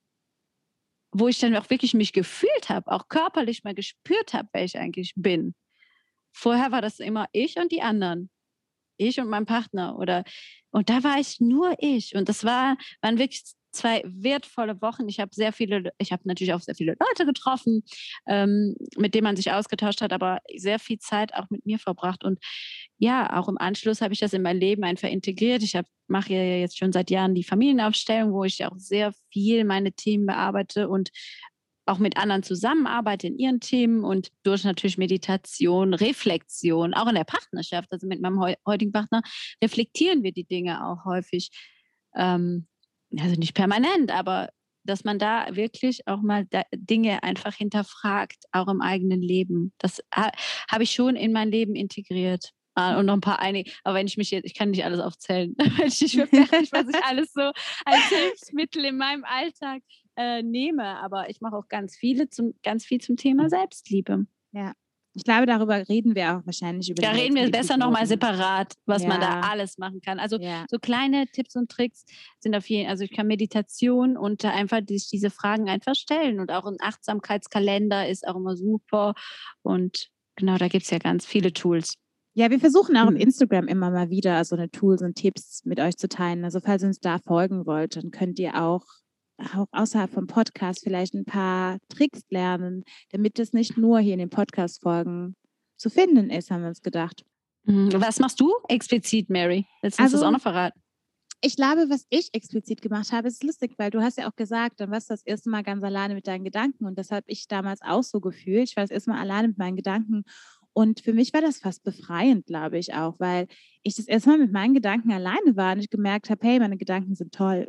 wo ich dann auch wirklich mich gefühlt habe, auch körperlich mal gespürt habe, wer ich eigentlich bin. Vorher war das immer ich und die anderen. Ich und mein Partner oder und da war ich nur ich und das war waren wirklich zwei wertvolle Wochen. Ich habe sehr viele ich habe natürlich auch sehr viele Leute getroffen, ähm, mit denen man sich ausgetauscht hat, aber sehr viel Zeit auch mit mir verbracht und ja, auch im Anschluss habe ich das in mein Leben einfach integriert. Ich habe mache ja jetzt schon seit Jahren die Familienaufstellung, wo ich ja auch sehr viel meine Themen bearbeite und auch mit anderen zusammenarbeite in ihren Themen und durch natürlich Meditation, Reflexion, auch in der Partnerschaft, also mit meinem heu heutigen Partner, reflektieren wir die Dinge auch häufig. Ähm, also nicht permanent, aber dass man da wirklich auch mal da Dinge einfach hinterfragt, auch im eigenen Leben. Das ha habe ich schon in mein Leben integriert. Ah, und noch ein paar einige, aber wenn ich mich jetzt, ich kann nicht alles aufzählen, wenn ich nicht mehr fertig, was ich alles so als Hilfsmittel in meinem Alltag äh, nehme. Aber ich mache auch ganz viele zum, ganz viel zum Thema Selbstliebe. Ja. Ich glaube, darüber reden wir auch wahrscheinlich über Da die reden wir nächsten besser nochmal Episoden. separat, was man da Ja, alles machen kann. Also ja. so kleine Tipps und Tricks sind auf jeden Fall, also ich kann Meditation und da einfach sich diese Fragen einfach stellen. Und auch ein Achtsamkeitskalender ist auch immer super. Und genau, da gibt es ja ganz viele Tools. Ja, wir versuchen auch auf Mhm. Instagram immer mal wieder so eine Tools und Tipps mit euch zu teilen. Also falls ihr uns da folgen wollt, dann könnt ihr auch, auch außerhalb vom Podcast vielleicht ein paar Tricks lernen, damit es nicht nur hier in den Podcast-Folgen zu finden ist, haben wir uns gedacht. Mhm. Was machst du explizit, Mary? Willst du uns das Also auch noch verraten? ich glaube, was ich explizit gemacht habe, ist lustig, weil du hast ja auch gesagt, dann warst du das erste Mal ganz alleine mit deinen Gedanken und das habe ich damals auch so gefühlt. Ich war das erste Mal alleine mit meinen Gedanken und für mich war das fast befreiend, glaube ich auch, weil ich das erste Mal mit meinen Gedanken alleine war und ich gemerkt habe, hey, meine Gedanken sind toll.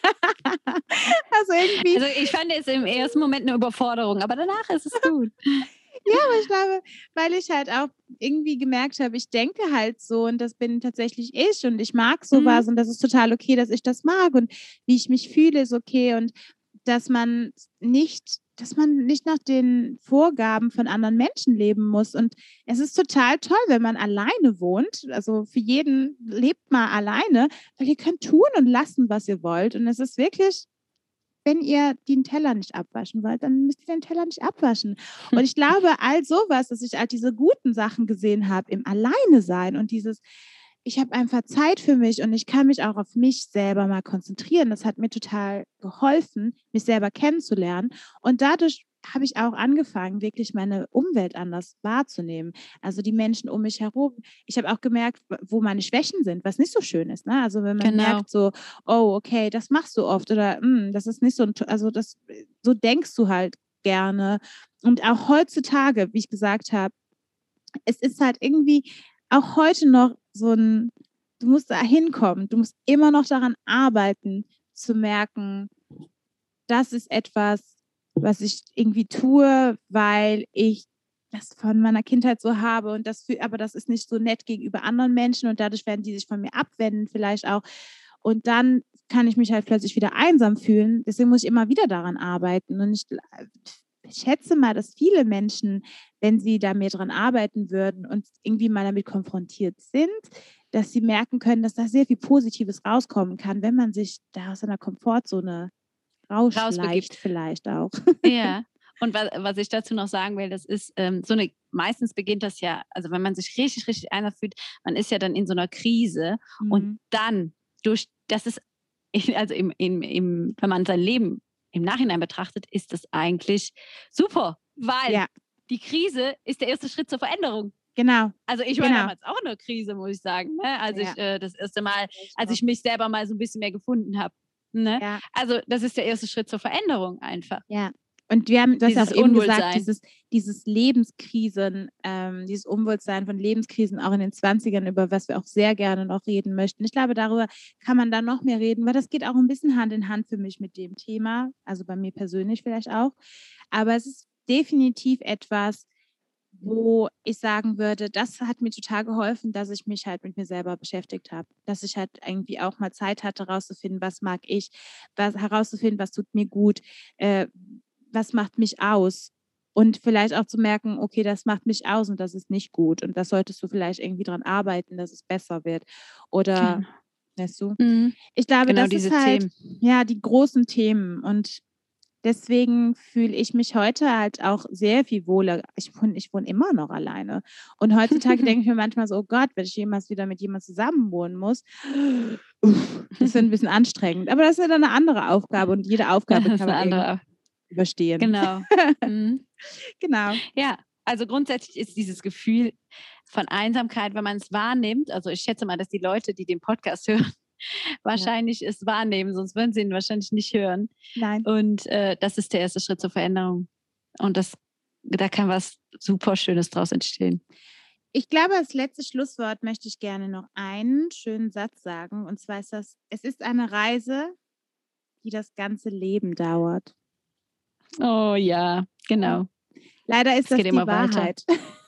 Also irgendwie, Also ich fand es im ersten Moment eine Überforderung, aber danach ist es gut. ja, aber ich glaube, weil ich halt auch irgendwie gemerkt habe, ich denke halt so und das bin tatsächlich ich und ich mag Mhm. sowas und das ist total okay, dass ich das mag und wie ich mich fühle, ist okay und dass man nicht, dass man nicht nach den Vorgaben von anderen Menschen leben muss. Und es ist total toll, wenn man alleine wohnt. Also für jeden lebt mal alleine, weil ihr könnt tun und lassen, was ihr wollt. Und es ist wirklich, wenn ihr den Teller nicht abwaschen wollt, dann müsst ihr den Teller nicht abwaschen. Und ich glaube, all sowas, dass ich all diese guten Sachen gesehen habe im Alleine-Sein und dieses, ich habe einfach Zeit für mich und ich kann mich auch auf mich selber mal konzentrieren. Das hat mir total geholfen, mich selber kennenzulernen. Und dadurch habe ich auch angefangen, wirklich meine Umwelt anders wahrzunehmen. Also die Menschen um mich herum. Ich habe auch gemerkt, wo meine Schwächen sind, was nicht so schön ist. Ne? Also wenn man Genau. merkt so, oh, okay, das machst du oft oder das ist nicht so, also das, so denkst du halt gerne. Und auch heutzutage, wie ich gesagt habe, es ist halt irgendwie auch heute noch so ein, du musst da hinkommen, du musst immer noch daran arbeiten, zu merken, das ist etwas, was ich irgendwie tue, weil ich das von meiner Kindheit so habe und das, aber das ist nicht so nett gegenüber anderen Menschen und dadurch werden die sich von mir abwenden vielleicht auch. Und dann kann ich mich halt plötzlich wieder einsam fühlen. Deswegen muss ich immer wieder daran arbeiten. Und ich, ich schätze mal, dass viele Menschen, wenn sie da mehr dran arbeiten würden und irgendwie mal damit konfrontiert sind, dass sie merken können, dass da sehr viel Positives rauskommen kann, wenn man sich da aus seiner Komfortzone rausschleicht Rausbegibt. vielleicht auch. Ja. Und was, was ich dazu noch sagen will, das ist ähm, so eine, meistens beginnt das ja, also wenn man sich richtig, richtig einsam fühlt, man ist ja dann in so einer Krise Mhm. und dann durch, das ist, also im, im, im, wenn man sein Leben im Nachhinein betrachtet, ist das eigentlich super, weil Ja, die Krise ist der erste Schritt zur Veränderung. genau. Also ich war Genau. damals auch in einer Krise, muss ich sagen, ne? Als Ja. ich äh, das erste Mal, Ich als auch. ich mich selber mal so ein bisschen mehr gefunden habe. Ne? Ja, Also das ist der erste Schritt zur Veränderung einfach. ja. Und wir haben, du hast ja auch Dieses eben gesagt, Unwohlsein. dieses, dieses Lebenskrisen, ähm, dieses Unwohlsein von Lebenskrisen auch in den Zwanzigern, über was wir auch sehr gerne noch reden möchten. Ich glaube, darüber kann man dann noch mehr reden, weil das geht auch ein bisschen Hand in Hand für mich mit dem Thema, also bei mir persönlich vielleicht auch. Aber es ist definitiv etwas, wo ich sagen würde, das hat mir total geholfen, dass ich mich halt mit mir selber beschäftigt habe. Dass ich halt irgendwie auch mal Zeit hatte, herauszufinden, was mag ich, was, herauszufinden, was tut mir gut, äh, was macht mich aus. Und vielleicht auch zu merken, okay, das macht mich aus und das ist nicht gut. Und das solltest du vielleicht irgendwie dran arbeiten, dass es besser wird. Oder, Genau. weißt du? Mhm. Ich glaube, Genau das diese ist halt, Themen. ja, die großen Themen. Und deswegen fühle ich mich heute halt auch sehr viel wohler. Ich wohne, ich wohne immer noch alleine. Und heutzutage denke ich mir manchmal so, oh Gott, wenn ich jemals wieder mit jemandem zusammenwohnen muss, uff, das wird ein bisschen anstrengend. Aber das ist ja dann eine andere Aufgabe und jede Aufgabe Das ist kann eine man irgendwie andere. überstehen. Genau. Mhm. Genau. Ja, also grundsätzlich ist dieses Gefühl von Einsamkeit, wenn man es wahrnimmt, also ich schätze mal, dass die Leute, die den Podcast hören, wahrscheinlich es wahrnehmen, sonst würden sie ihn wahrscheinlich nicht hören. Nein. Und äh, das ist der erste Schritt zur Veränderung. Und das, da kann was super Schönes draus entstehen. Ich glaube, als letztes Schlusswort möchte ich gerne noch einen schönen Satz sagen. Und zwar ist das, es ist eine Reise, die das ganze Leben dauert. Oh ja, genau. Leider ist Es das geht die immer weiter. Wahrheit.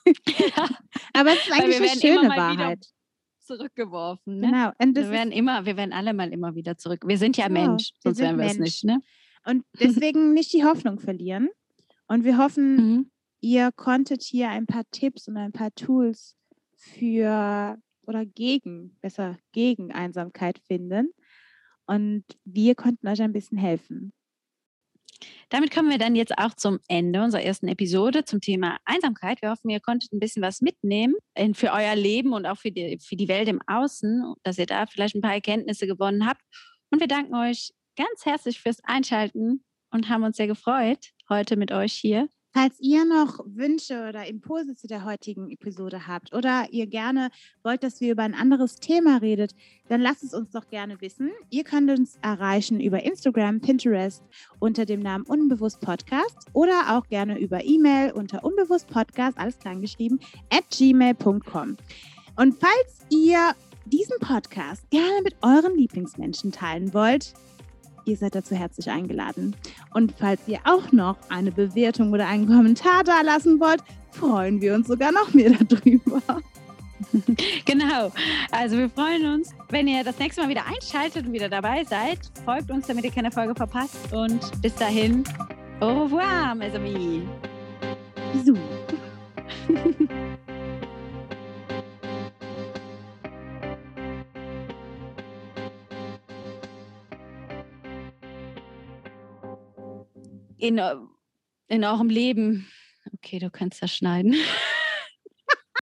Aber es ist Weil eigentlich wir eine werden immer schöne mal wieder Wahrheit. zurückgeworfen. Ne? Genau. Und das Wir werden ist, immer, wir werden alle mal immer wieder zurück. Wir sind ja genau, Mensch, wir sonst sind wären wir es Mensch. nicht. Ne? Und deswegen nicht die Hoffnung verlieren. Und wir hoffen, Mhm. ihr konntet hier ein paar Tipps und ein paar Tools für oder gegen, besser gegen Einsamkeit finden. Und wir konnten euch ein bisschen helfen. Damit kommen wir dann jetzt auch zum Ende unserer ersten Episode zum Thema Einsamkeit. Wir hoffen, ihr konntet ein bisschen was mitnehmen in- für euer Leben und auch für die, für die Welt im Außen, dass ihr da vielleicht ein paar Erkenntnisse gewonnen habt. Und wir danken euch ganz herzlich fürs Einschalten und haben uns sehr gefreut, heute mit euch hier. Falls ihr noch Wünsche oder Impulse zu der heutigen Episode habt oder ihr gerne wollt, dass wir über ein anderes Thema redet, dann lasst es uns doch gerne wissen. Ihr könnt uns erreichen über Instagram, Pinterest unter dem Namen Unbewusst Podcast oder auch gerne über E-Mail unter unbewusstpodcast, alles klein geschrieben, at gmail punkt com. Und falls ihr diesen Podcast gerne mit euren Lieblingsmenschen teilen wollt, ihr seid dazu herzlich eingeladen. Und falls ihr auch noch eine Bewertung oder einen Kommentar da lassen wollt, freuen wir uns sogar noch mehr darüber. Genau. Also wir freuen uns, wenn ihr das nächste Mal wieder einschaltet und wieder dabei seid. Folgt uns, damit ihr keine Folge verpasst. Und bis dahin, au revoir, mes amis. Bisous. In, in eurem Leben. Okay, du kannst das schneiden.